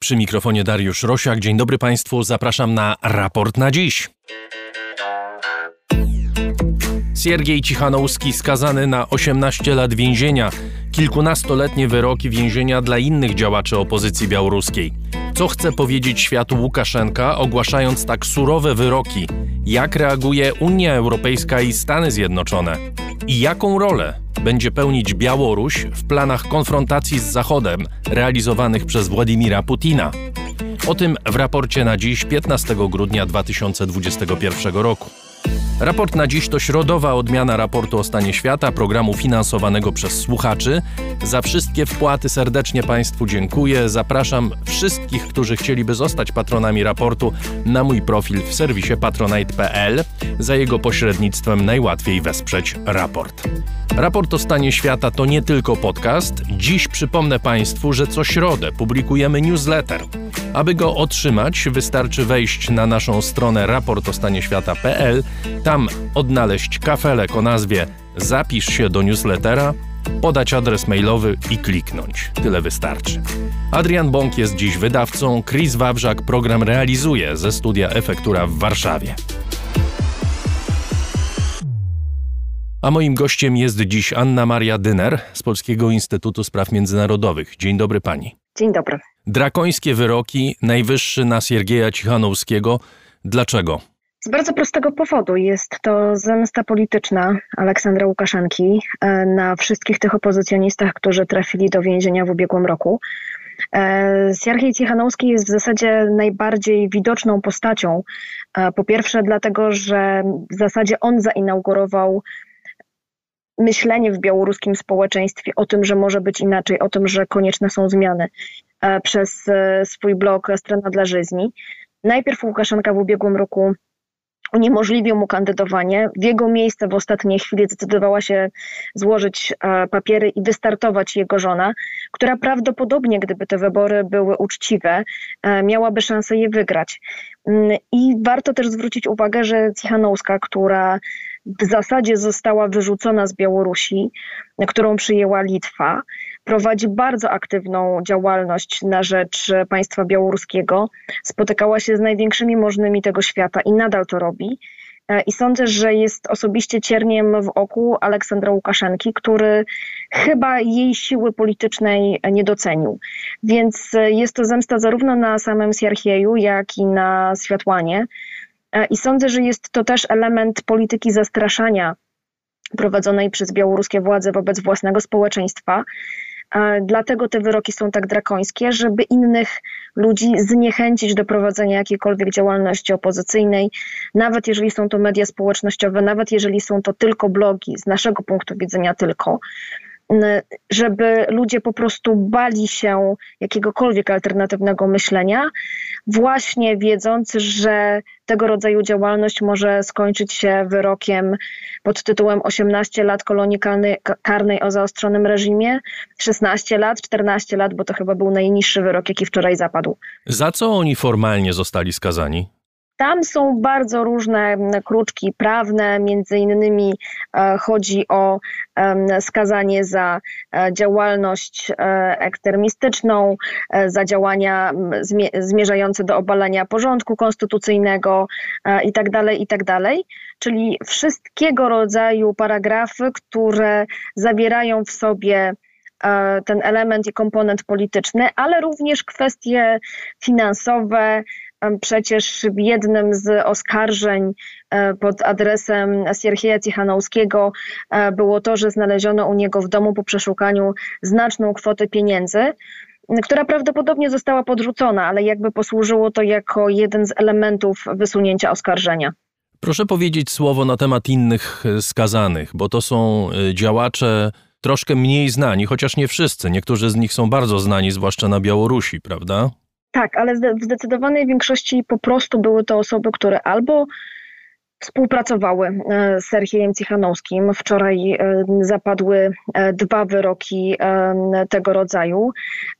Przy mikrofonie Dariusz Rosiak. Dzień dobry Państwu, zapraszam na raport na dziś. Siergiej Cichanouski skazany na 18 lat więzienia. Kilkunastoletnie wyroki więzienia dla innych działaczy opozycji białoruskiej. Co chce powiedzieć światu Łukaszenka, ogłaszając tak surowe wyroki? Jak reaguje Unia Europejska i Stany Zjednoczone? I jaką rolę będzie pełnić Białoruś w planach konfrontacji z Zachodem realizowanych przez Władimira Putina? O tym w raporcie na dziś, 15 grudnia 2021 roku. Raport na dziś to środowa odmiana raportu o stanie świata, programu finansowanego przez słuchaczy. Za wszystkie wpłaty serdecznie Państwu dziękuję. Zapraszam wszystkich, którzy chcieliby zostać patronami raportu, na mój profil w serwisie patronite.pl. Za jego pośrednictwem najłatwiej wesprzeć raport. Raport o stanie świata to nie tylko podcast. Dziś przypomnę Państwu, że co środę publikujemy newsletter. Aby go otrzymać, wystarczy wejść na naszą stronę raportostanieświata.pl, tam odnaleźć kafelek o nazwie Zapisz się do newslettera, podać adres mailowy i kliknąć. Tyle wystarczy. Adrian Bąk jest dziś wydawcą, Chris Wawrzak program realizuje ze studia Efektura w Warszawie. A moim gościem jest dziś Anna Maria Dyner z Polskiego Instytutu Spraw Międzynarodowych. Dzień dobry pani. Dzień dobry. Drakońskie wyroki, najwyższy na Siergieja Cichanouskiego. Dlaczego? Z bardzo prostego powodu. Jest to zemsta polityczna Aleksandra Łukaszenki na wszystkich tych opozycjonistach, którzy trafili do więzienia w ubiegłym roku. Siergiej Cichanouski jest w zasadzie najbardziej widoczną postacią. Po pierwsze dlatego, że w zasadzie on zainaugurował myślenie w białoruskim społeczeństwie o tym, że może być inaczej, o tym, że konieczne są zmiany, przez swój blog Strona dla Żyzni. Najpierw Łukaszenka w ubiegłym roku uniemożliwił mu kandydowanie. W jego miejsce w ostatniej chwili zdecydowała się złożyć papiery i wystartować jego żona, która prawdopodobnie, gdyby te wybory były uczciwe, miałaby szansę je wygrać. I warto też zwrócić uwagę, że Cichanouska, która w zasadzie została wyrzucona z Białorusi, którą przyjęła Litwa, prowadzi bardzo aktywną działalność na rzecz państwa białoruskiego. Spotykała się z największymi możnymi tego świata i nadal to robi. I sądzę, że jest osobiście cierniem w oku Aleksandra Łukaszenki, który chyba jej siły politycznej nie docenił. Więc jest to zemsta zarówno na samym Siergieju, jak i na Światłanie. I sądzę, że jest to też element polityki zastraszania prowadzonej przez białoruskie władze wobec własnego społeczeństwa. Dlatego te wyroki są tak drakońskie, żeby innych ludzi zniechęcić do prowadzenia jakiejkolwiek działalności opozycyjnej, nawet jeżeli są to media społecznościowe, nawet jeżeli są to tylko blogi, z naszego punktu widzenia tylko, żeby ludzie po prostu bali się jakiegokolwiek alternatywnego myślenia, właśnie wiedząc, że tego rodzaju działalność może skończyć się wyrokiem pod tytułem 18 lat kolonii karnej o zaostrzonym reżimie, 16 lat, 14 lat, bo to chyba był najniższy wyrok, jaki wczoraj zapadł. Za co oni formalnie zostali skazani? Tam są bardzo różne kruczki prawne, między innymi chodzi o skazanie za działalność ekstremistyczną, za działania zmierzające do obalenia porządku konstytucyjnego itd. Czyli wszystkiego rodzaju paragrafy, które zawierają w sobie ten element i komponent polityczny, ale również kwestie finansowe. Przecież w jednym z oskarżeń pod adresem Siergieja Cichanouskiego było to, że znaleziono u niego w domu po przeszukaniu znaczną kwotę pieniędzy, która prawdopodobnie została podrzucona, ale jakby posłużyło to jako jeden z elementów wysunięcia oskarżenia. Proszę powiedzieć słowo na temat innych skazanych, bo to są działacze troszkę mniej znani, chociaż nie wszyscy. Niektórzy z nich są bardzo znani, zwłaszcza na Białorusi, prawda? Tak, ale w zdecydowanej większości po prostu były to osoby, które albo współpracowały z Siergiejem Cichanouskim. Wczoraj zapadły 2 wyroki tego rodzaju.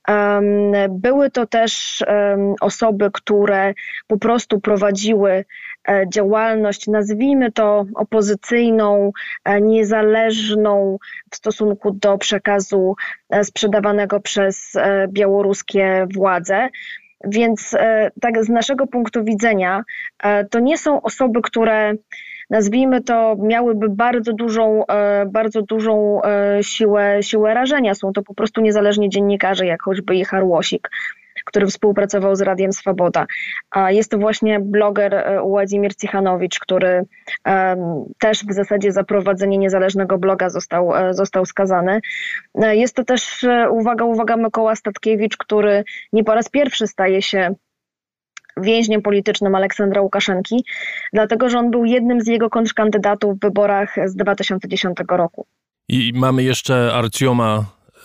Były to też osoby, które po prostu prowadziły działalność, nazwijmy to opozycyjną, niezależną w stosunku do przekazu sprzedawanego przez białoruskie władze. Więc tak z naszego punktu widzenia to nie są osoby, które, nazwijmy to, miałyby bardzo dużą siłę rażenia. Są to po prostu niezależni dziennikarze, jak choćby Ichar Łosik, który współpracował z Radiem Swoboda. A jest to właśnie bloger Władimir Cichanowicz, który też w zasadzie za prowadzenie niezależnego bloga został skazany. Jest to też, uwaga, Mykoła Statkiewicz, który nie po raz pierwszy staje się więźniem politycznym Aleksandra Łukaszenki, dlatego że on był jednym z jego kontrkandydatów w wyborach z 2010 roku. I mamy jeszcze Artioma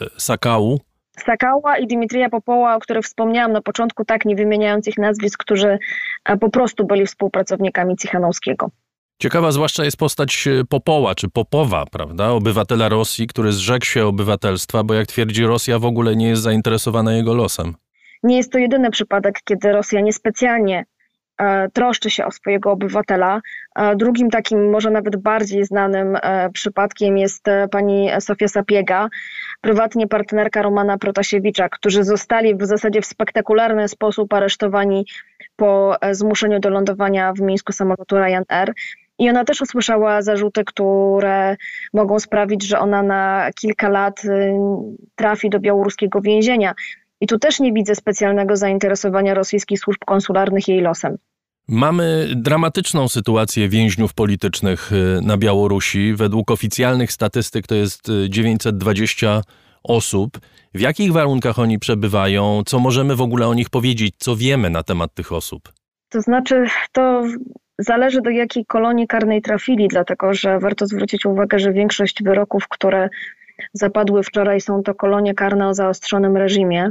Sakała i Dimitrija Popoła, o których wspomniałam na początku, tak nie wymieniając ich nazwisk, którzy po prostu byli współpracownikami Cichanowskiego. Ciekawa zwłaszcza jest postać Popoła, czy Popowa, prawda? Obywatela Rosji, który zrzekł się obywatelstwa, bo jak twierdzi Rosja, w ogóle nie jest zainteresowana jego losem. Nie jest to jedyny przypadek, kiedy Rosja niespecjalnie troszczy się o swojego obywatela. Drugim takim, może nawet bardziej znanym przypadkiem jest pani Sofia Sapiega, prywatnie partnerka Romana Protasiewicza, którzy zostali w zasadzie w spektakularny sposób aresztowani po zmuszeniu do lądowania w Mińsku samolotu Ryanair. I ona też usłyszała zarzuty, które mogą sprawić, że ona na kilka lat trafi do białoruskiego więzienia. I tu też nie widzę specjalnego zainteresowania rosyjskich służb konsularnych jej losem. Mamy dramatyczną sytuację więźniów politycznych na Białorusi. Według oficjalnych statystyk to jest 920 osób. W jakich warunkach oni przebywają? Co możemy w ogóle o nich powiedzieć? Co wiemy na temat tych osób? To znaczy, to zależy, do jakiej kolonii karnej trafili, dlatego że warto zwrócić uwagę, że większość wyroków, które zapadły wczoraj, są to kolonie karne o zaostrzonym reżimie,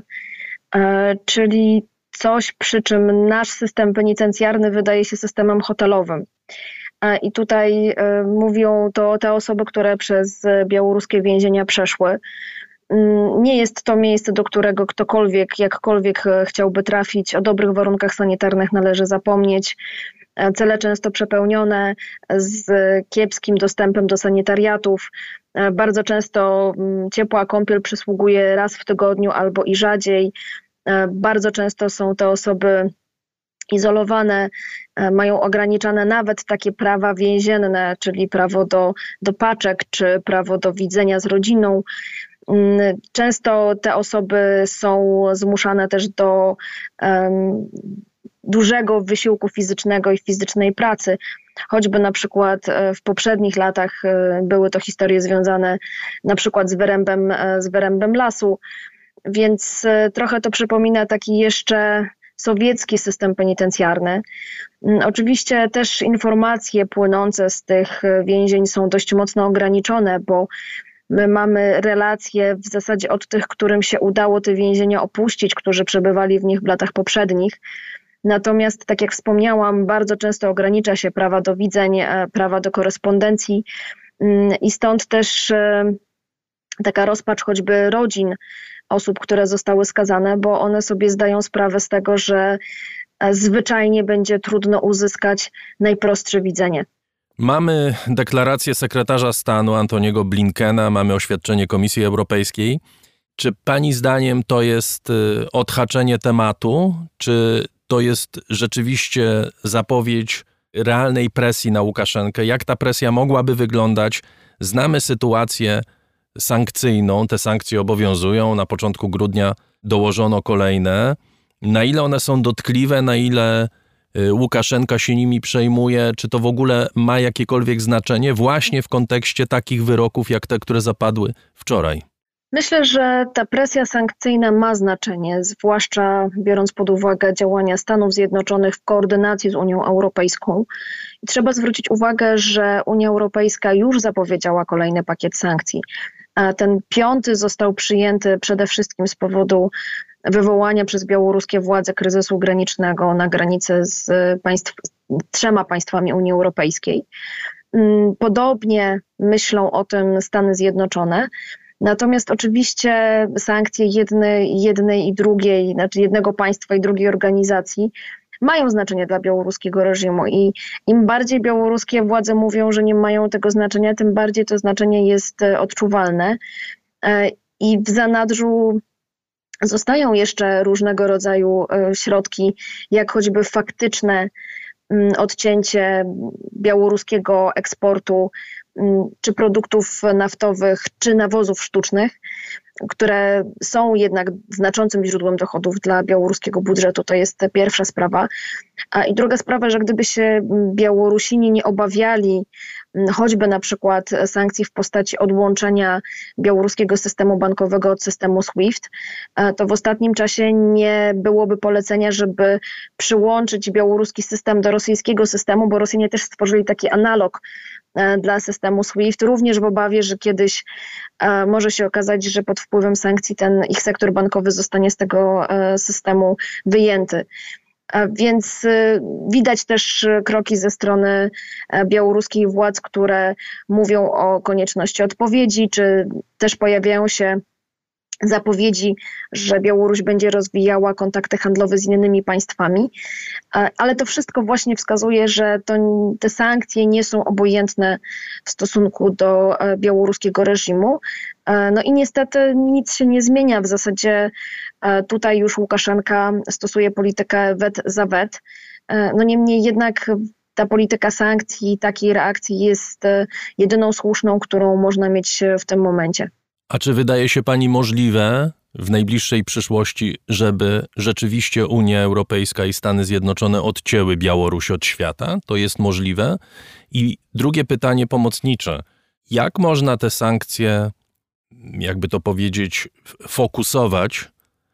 czyli coś, przy czym nasz system penitencjarny wydaje się systemem hotelowym. I tutaj mówią to te osoby, które przez białoruskie więzienia przeszły. Nie jest to miejsce, do którego ktokolwiek, jakkolwiek chciałby trafić. O dobrych warunkach sanitarnych należy zapomnieć. Cele często przepełnione, z kiepskim dostępem do sanitariatów. Bardzo często ciepła kąpiel przysługuje raz w tygodniu albo i rzadziej. Bardzo często są te osoby izolowane, mają ograniczane nawet takie prawa więzienne, czyli prawo do paczek czy prawo do widzenia z rodziną. Często te osoby są zmuszane też do dużego wysiłku fizycznego i fizycznej pracy. Choćby na przykład w poprzednich latach były to historie związane na przykład z wyrębem lasu, więc trochę to przypomina taki jeszcze sowiecki system penitencjarny. Oczywiście też informacje płynące z tych więzień są dość mocno ograniczone, bo my mamy relacje w zasadzie od tych, którym się udało te więzienia opuścić, którzy przebywali w nich w latach poprzednich. Natomiast, tak jak wspomniałam, bardzo często ogranicza się prawa do widzeń, prawa do korespondencji i stąd też taka rozpacz choćby rodzin osób, które zostały skazane, bo one sobie zdają sprawę z tego, że zwyczajnie będzie trudno uzyskać najprostsze widzenie. Mamy deklarację sekretarza stanu Antoniego Blinkena, mamy oświadczenie Komisji Europejskiej. Czy pani zdaniem to jest odhaczenie tematu, czy to jest rzeczywiście zapowiedź realnej presji na Łukaszenkę? Jak ta presja mogłaby wyglądać? Znamy sytuację sankcyjną, te sankcje obowiązują, na początku grudnia dołożono kolejne. Na ile one są dotkliwe, na ile Łukaszenka się nimi przejmuje, czy to w ogóle ma jakiekolwiek znaczenie właśnie w kontekście takich wyroków jak te, które zapadły wczoraj? Myślę, że ta presja sankcyjna ma znaczenie, zwłaszcza biorąc pod uwagę działania Stanów Zjednoczonych w koordynacji z Unią Europejską. I trzeba zwrócić uwagę, że Unia Europejska już zapowiedziała kolejny pakiet sankcji. A ten 5 został przyjęty przede wszystkim z powodu wywołania przez białoruskie władze kryzysu granicznego na granicy z 3 państwami Unii Europejskiej. Podobnie myślą o tym Stany Zjednoczone. Natomiast oczywiście sankcje jednej i drugiej, znaczy jednego państwa i drugiej organizacji mają znaczenie dla białoruskiego reżimu i im bardziej białoruskie władze mówią, że nie mają tego znaczenia, tym bardziej to znaczenie jest odczuwalne. I w zanadrzu Zostają jeszcze różnego rodzaju środki, jak choćby faktyczne odcięcie białoruskiego eksportu czy produktów naftowych, czy nawozów sztucznych, które są jednak znaczącym źródłem dochodów dla białoruskiego budżetu. To jest pierwsza sprawa. I druga sprawa, że gdyby się Białorusini nie obawiali choćby na przykład sankcji w postaci odłączenia białoruskiego systemu bankowego od systemu SWIFT, to w ostatnim czasie nie byłoby polecenia, żeby przyłączyć białoruski system do rosyjskiego systemu, bo Rosjanie też stworzyli taki analog dla systemu SWIFT, również w obawie, że kiedyś może się okazać, że pod wpływem sankcji ten ich sektor bankowy zostanie z tego systemu wyjęty. Więc widać też kroki ze strony białoruskich władz, które mówią o konieczności odpowiedzi, czy też pojawiają się zapowiedzi, że Białoruś będzie rozwijała kontakty handlowe z innymi państwami, ale to wszystko właśnie wskazuje, że te sankcje nie są obojętne w stosunku do białoruskiego reżimu. No i niestety nic się nie zmienia. W zasadzie tutaj już Łukaszenka stosuje politykę wet za wet. No niemniej jednak ta polityka sankcji, takiej reakcji jest jedyną słuszną, którą można mieć w tym momencie. A czy wydaje się pani możliwe w najbliższej przyszłości, żeby rzeczywiście Unia Europejska i Stany Zjednoczone odcięły Białoruś od świata? To jest możliwe? I drugie pytanie pomocnicze. Jak można te sankcje, jakby to powiedzieć, fokusować,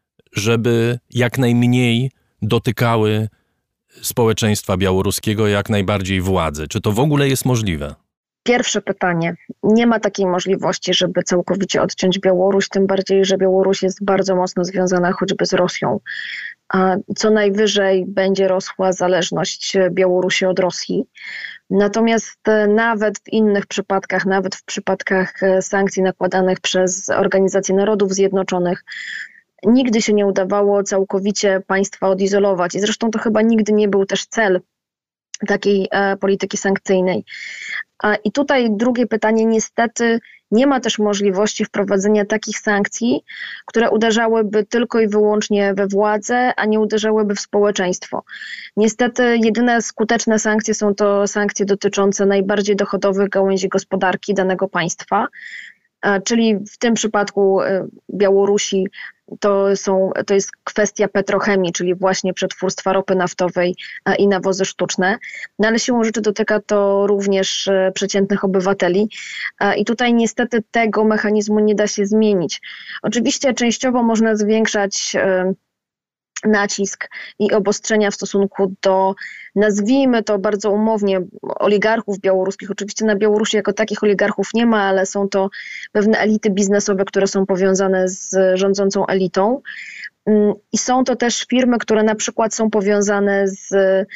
żeby jak najmniej dotykały społeczeństwa białoruskiego, jak najbardziej władzy? Czy to w ogóle jest możliwe? Pierwsze pytanie. Nie ma takiej możliwości, żeby całkowicie odciąć Białoruś, tym bardziej, że Białoruś jest bardzo mocno związana choćby z Rosją. Co najwyżej będzie rosła zależność Białorusi od Rosji. Natomiast nawet w innych przypadkach, nawet w przypadkach sankcji nakładanych przez Organizację Narodów Zjednoczonych, nigdy się nie udawało całkowicie państwa odizolować. I zresztą to chyba nigdy nie był też cel takiej polityki sankcyjnej. I tutaj drugie pytanie, niestety nie ma też możliwości wprowadzenia takich sankcji, które uderzałyby tylko i wyłącznie we władzę, a nie uderzałyby w społeczeństwo. Niestety jedyne skuteczne sankcje są to sankcje dotyczące najbardziej dochodowych gałęzi gospodarki danego państwa, czyli w tym przypadku Białorusi to jest kwestia petrochemii, czyli właśnie przetwórstwa ropy naftowej i nawozy sztuczne. No ale siłą rzeczy dotyka to również przeciętnych obywateli i tutaj niestety tego mechanizmu nie da się zmienić. Oczywiście częściowo można zwiększać nacisk i obostrzenia w stosunku do, nazwijmy to bardzo umownie, oligarchów białoruskich. Oczywiście na Białorusi jako takich oligarchów nie ma, ale są to pewne elity biznesowe, które są powiązane z rządzącą elitą. I są to też firmy, które na przykład są powiązane z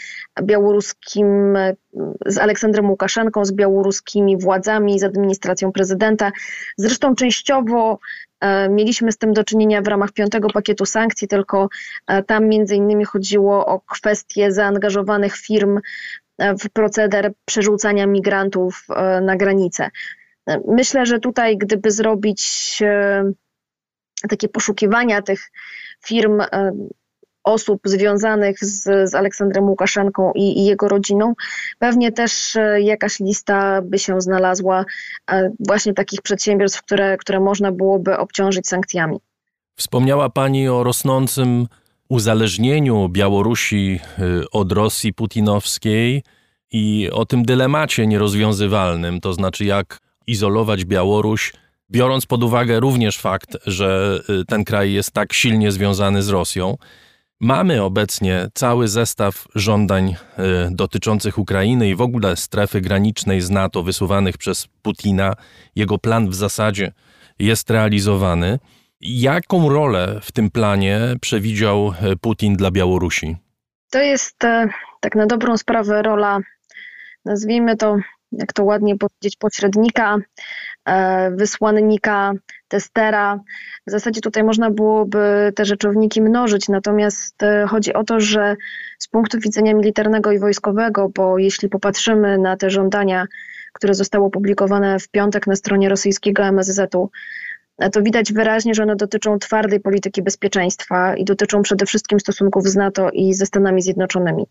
Aleksandrem Łukaszenką, z białoruskimi władzami, z administracją prezydenta. Zresztą częściowo mieliśmy z tym do czynienia w ramach 5. pakietu sankcji, tylko tam między innymi chodziło o kwestie zaangażowanych firm w proceder przerzucania migrantów na granicę. Myślę, że tutaj gdyby zrobić takie poszukiwania tych firm, osób związanych z Aleksandrem Łukaszenką i jego rodziną, pewnie też jakaś lista by się znalazła właśnie takich przedsiębiorstw, które można byłoby obciążyć sankcjami. Wspomniała pani o rosnącym uzależnieniu Białorusi od Rosji putinowskiej i o tym dylemacie nierozwiązywalnym, to znaczy jak izolować Białoruś, biorąc pod uwagę również fakt, że ten kraj jest tak silnie związany z Rosją. Mamy obecnie cały zestaw żądań dotyczących Ukrainy i w ogóle strefy granicznej z NATO wysuwanych przez Putina. Jego plan w zasadzie jest realizowany. Jaką rolę w tym planie przewidział Putin dla Białorusi? To jest tak na dobrą sprawę rola, nazwijmy to, jak to ładnie powiedzieć, pośrednika, wysłannika, testera. W zasadzie tutaj można byłoby te rzeczowniki mnożyć, natomiast chodzi o to, że z punktu widzenia militarnego i wojskowego, bo jeśli popatrzymy na te żądania, które zostały opublikowane w piątek na stronie rosyjskiego MSZ-u, to widać wyraźnie, że one dotyczą twardej polityki bezpieczeństwa i dotyczą przede wszystkim stosunków z NATO i ze Stanami Zjednoczonymi.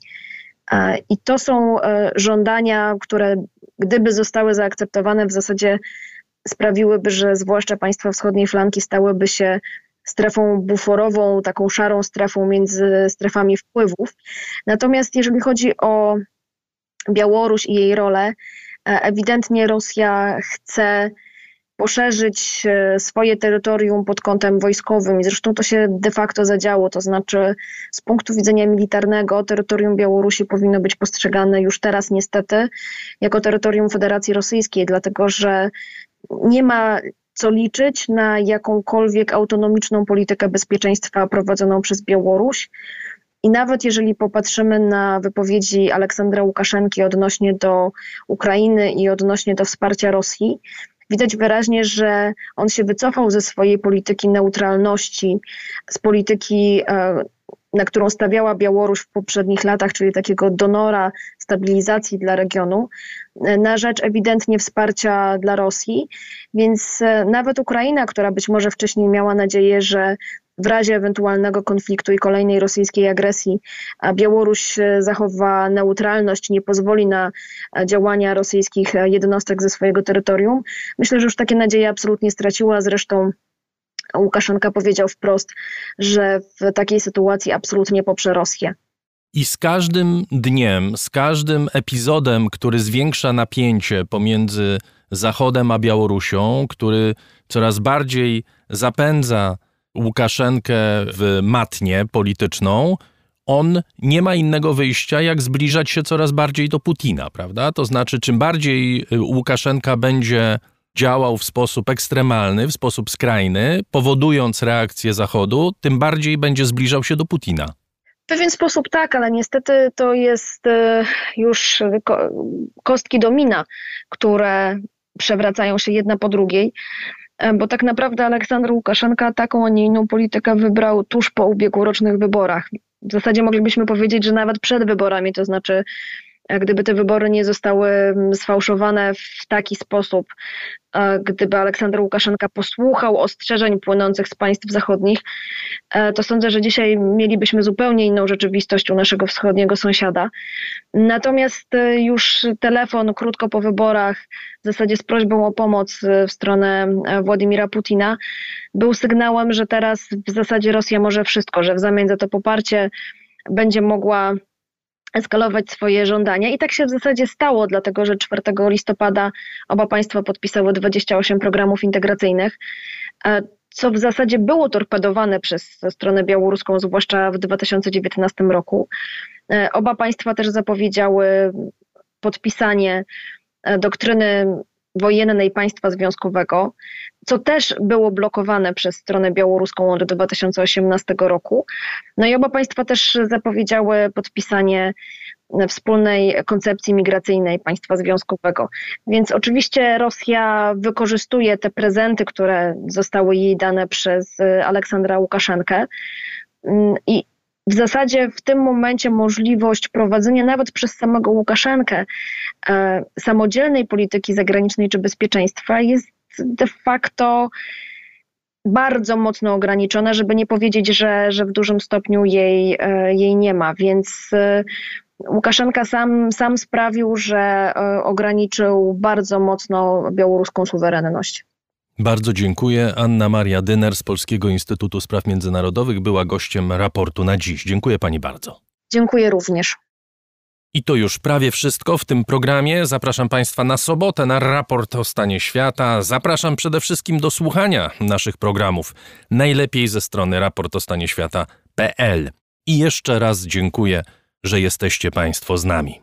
I to są żądania, które gdyby zostały zaakceptowane, w zasadzie sprawiłyby, że zwłaszcza państwa wschodniej flanki stałyby się strefą buforową, taką szarą strefą między strefami wpływów. Natomiast jeżeli chodzi o Białoruś i jej rolę, ewidentnie Rosja chce poszerzyć swoje terytorium pod kątem wojskowym i zresztą to się de facto zadziało, to znaczy z punktu widzenia militarnego terytorium Białorusi powinno być postrzegane już teraz niestety jako terytorium Federacji Rosyjskiej, dlatego że nie ma co liczyć na jakąkolwiek autonomiczną politykę bezpieczeństwa prowadzoną przez Białoruś. I nawet jeżeli popatrzymy na wypowiedzi Aleksandra Łukaszenki odnośnie do Ukrainy i odnośnie do wsparcia Rosji, widać wyraźnie, że on się wycofał ze swojej polityki neutralności, z polityki, na którą stawiała Białoruś w poprzednich latach, czyli takiego donora stabilizacji dla regionu, na rzecz ewidentnie wsparcia dla Rosji. Więc nawet Ukraina, która być może wcześniej miała nadzieję, że w razie ewentualnego konfliktu i kolejnej rosyjskiej agresji Białoruś zachowa neutralność, nie pozwoli na działania rosyjskich jednostek ze swojego terytorium. Myślę, że już takie nadzieje absolutnie straciła. Zresztą Łukaszenka powiedział wprost, że w takiej sytuacji absolutnie poprze Rosję. I z każdym dniem, z każdym epizodem, który zwiększa napięcie pomiędzy Zachodem a Białorusią, który coraz bardziej zapędza Łukaszenkę w matnię polityczną, on nie ma innego wyjścia, jak zbliżać się coraz bardziej do Putina, prawda? To znaczy, czym bardziej Łukaszenka będzie działał w sposób ekstremalny, w sposób skrajny, powodując reakcję Zachodu, tym bardziej będzie zbliżał się do Putina. W pewien sposób tak, ale niestety to jest już kostki domina, które przewracają się jedna po drugiej, bo tak naprawdę Aleksander Łukaszenka taką, a nie inną politykę wybrał tuż po ubiegłorocznych wyborach. W zasadzie moglibyśmy powiedzieć, że nawet przed wyborami, to znaczy gdyby te wybory nie zostały sfałszowane w taki sposób, gdyby Aleksander Łukaszenka posłuchał ostrzeżeń płynących z państw zachodnich, to sądzę, że dzisiaj mielibyśmy zupełnie inną rzeczywistość u naszego wschodniego sąsiada. Natomiast już telefon krótko po wyborach, w zasadzie z prośbą o pomoc w stronę Władimira Putina, był sygnałem, że teraz w zasadzie Rosja może wszystko, że w zamian za to poparcie będzie mogła eskalować swoje żądania. I tak się w zasadzie stało, dlatego że 4 listopada oba państwa podpisały 28 programów integracyjnych, co w zasadzie było torpedowane przez stronę białoruską, zwłaszcza w 2019 roku. Oba państwa też zapowiedziały podpisanie doktryny wojennej państwa związkowego, co też było blokowane przez stronę białoruską od 2018 roku. No i oba państwa też zapowiedziały podpisanie wspólnej koncepcji migracyjnej państwa związkowego. Więc oczywiście Rosja wykorzystuje te prezenty, które zostały jej dane przez Aleksandra Łukaszenkę i w zasadzie w tym momencie możliwość prowadzenia nawet przez samego Łukaszenkę samodzielnej polityki zagranicznej czy bezpieczeństwa jest de facto bardzo mocno ograniczona, żeby nie powiedzieć, że w dużym stopniu jej nie ma. Więc Łukaszenka sam sprawił, że ograniczył bardzo mocno białoruską suwerenność. Bardzo dziękuję. Anna Maria Dyner z Polskiego Instytutu Spraw Międzynarodowych była gościem Raportu na dziś. Dziękuję pani bardzo. Dziękuję również. I to już prawie wszystko w tym programie. Zapraszam państwa na sobotę na Raport o stanie świata. Zapraszam przede wszystkim do słuchania naszych programów. Najlepiej ze strony raportostanieświata.pl. I jeszcze raz dziękuję, że jesteście państwo z nami.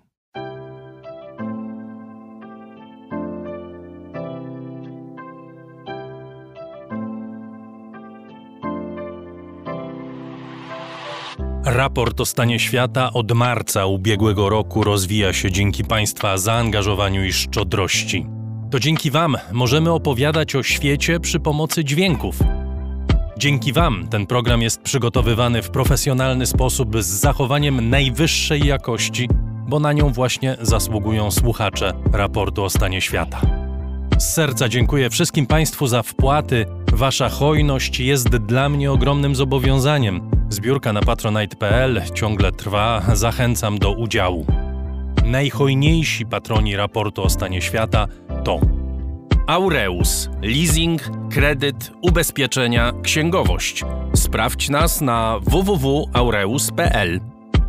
Raport o stanie świata od marca ubiegłego roku rozwija się dzięki państwa zaangażowaniu i szczodrości. To dzięki wam możemy opowiadać o świecie przy pomocy dźwięków. Dzięki wam ten program jest przygotowywany w profesjonalny sposób z zachowaniem najwyższej jakości, bo na nią właśnie zasługują słuchacze Raportu o stanie świata. Z serca dziękuję wszystkim Państwu za wpłaty. Wasza hojność jest dla mnie ogromnym zobowiązaniem. Zbiórka na patronite.pl ciągle trwa. Zachęcam do udziału. Najhojniejsi patroni raportu o stanie świata to Aureus, leasing, kredyt, ubezpieczenia, księgowość. Sprawdź nas na www.aureus.pl.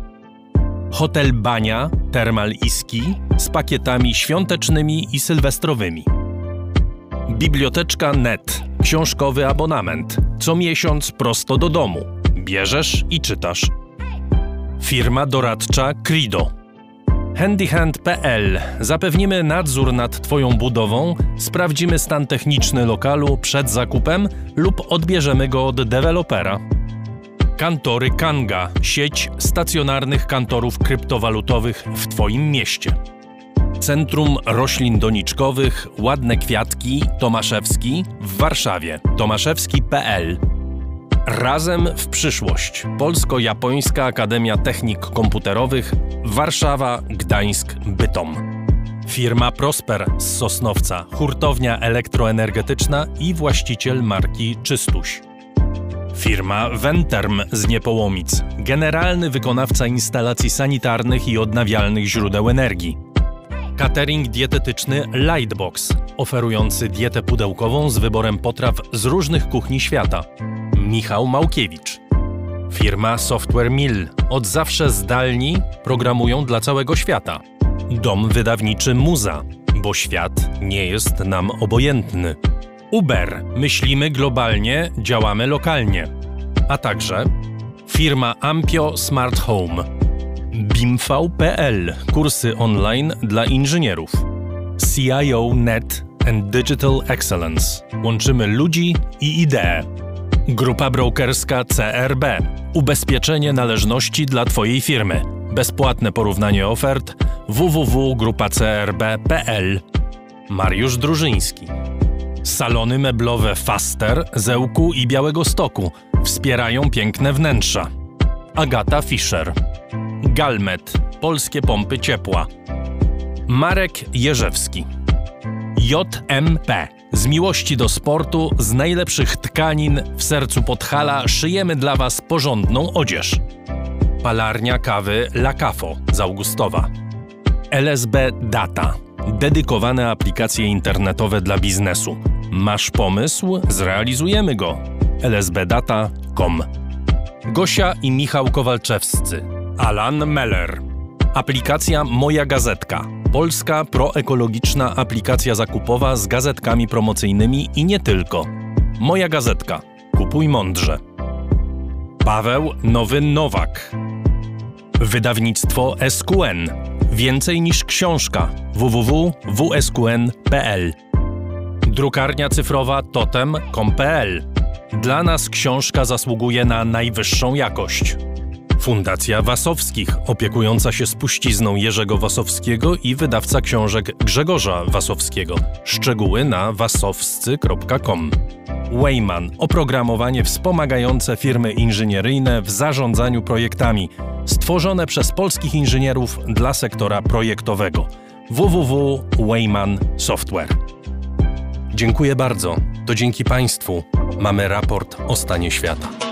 Hotel Bania, Termal i Ski z pakietami świątecznymi i sylwestrowymi. Biblioteczka Net, książkowy abonament. Co miesiąc prosto do domu. Bierzesz i czytasz. Firma doradcza Crido. Handyhand.pl. Zapewnimy nadzór nad Twoją budową, sprawdzimy stan techniczny lokalu przed zakupem lub odbierzemy go od dewelopera. Kantory Kanga. Sieć stacjonarnych kantorów kryptowalutowych w Twoim mieście. Centrum Roślin Doniczkowych Ładne Kwiatki Tomaszewski w Warszawie. tomaszewski.pl. Razem w przyszłość. Polsko-Japońska Akademia Technik Komputerowych Warszawa, Gdańsk, Bytom. Firma Prosper z Sosnowca, hurtownia elektroenergetyczna i właściciel marki Czystuś. Firma Venterm z Niepołomic, generalny wykonawca instalacji sanitarnych i odnawialnych źródeł energii. Catering dietetyczny Lightbox, oferujący dietę pudełkową z wyborem potraw z różnych kuchni świata. Michał Małkiewicz. Firma Software Mill. Od zawsze zdalni programują dla całego świata. Dom wydawniczy Muza, bo świat nie jest nam obojętny. Uber. Myślimy globalnie, działamy lokalnie. A także firma Ampio Smart Home. BIMV.pl. Kursy online dla inżynierów. CIO Net and Digital Excellence. Łączymy ludzi i idee. Grupa brokerska CRB. Ubezpieczenie należności dla Twojej firmy. Bezpłatne porównanie ofert www.grupacrb.pl. Mariusz Drużyński. Salony meblowe Faster, Zełku i Białegostoku wspierają piękne wnętrza. Agata Fischer. Galmet. Polskie pompy ciepła. Marek Jerzewski. JMP. Z miłości do sportu, z najlepszych tkanin w sercu Podhala szyjemy dla Was porządną odzież. Palarnia kawy La Cafo z Augustowa. LSB Data. Dedykowane aplikacje internetowe dla biznesu. Masz pomysł? Zrealizujemy go. lsbdata.com. Gosia i Michał Kowalczewscy. Alan Meller. Aplikacja Moja Gazetka. Polska proekologiczna aplikacja zakupowa z gazetkami promocyjnymi i nie tylko. Moja Gazetka. Kupuj mądrze. Paweł Nowy Nowak. Wydawnictwo SQN. Więcej niż książka. www.wsqn.pl. Drukarnia cyfrowa totem.com.pl. Dla nas książka zasługuje na najwyższą jakość. Fundacja Wasowskich, opiekująca się spuścizną Jerzego Wasowskiego i wydawca książek Grzegorza Wasowskiego. Szczegóły na wasowscy.com. Wayman, oprogramowanie wspomagające firmy inżynieryjne w zarządzaniu projektami, stworzone przez polskich inżynierów dla sektora projektowego. www.Wayman Software. Dziękuję bardzo. To dzięki Państwu mamy raport o stanie świata.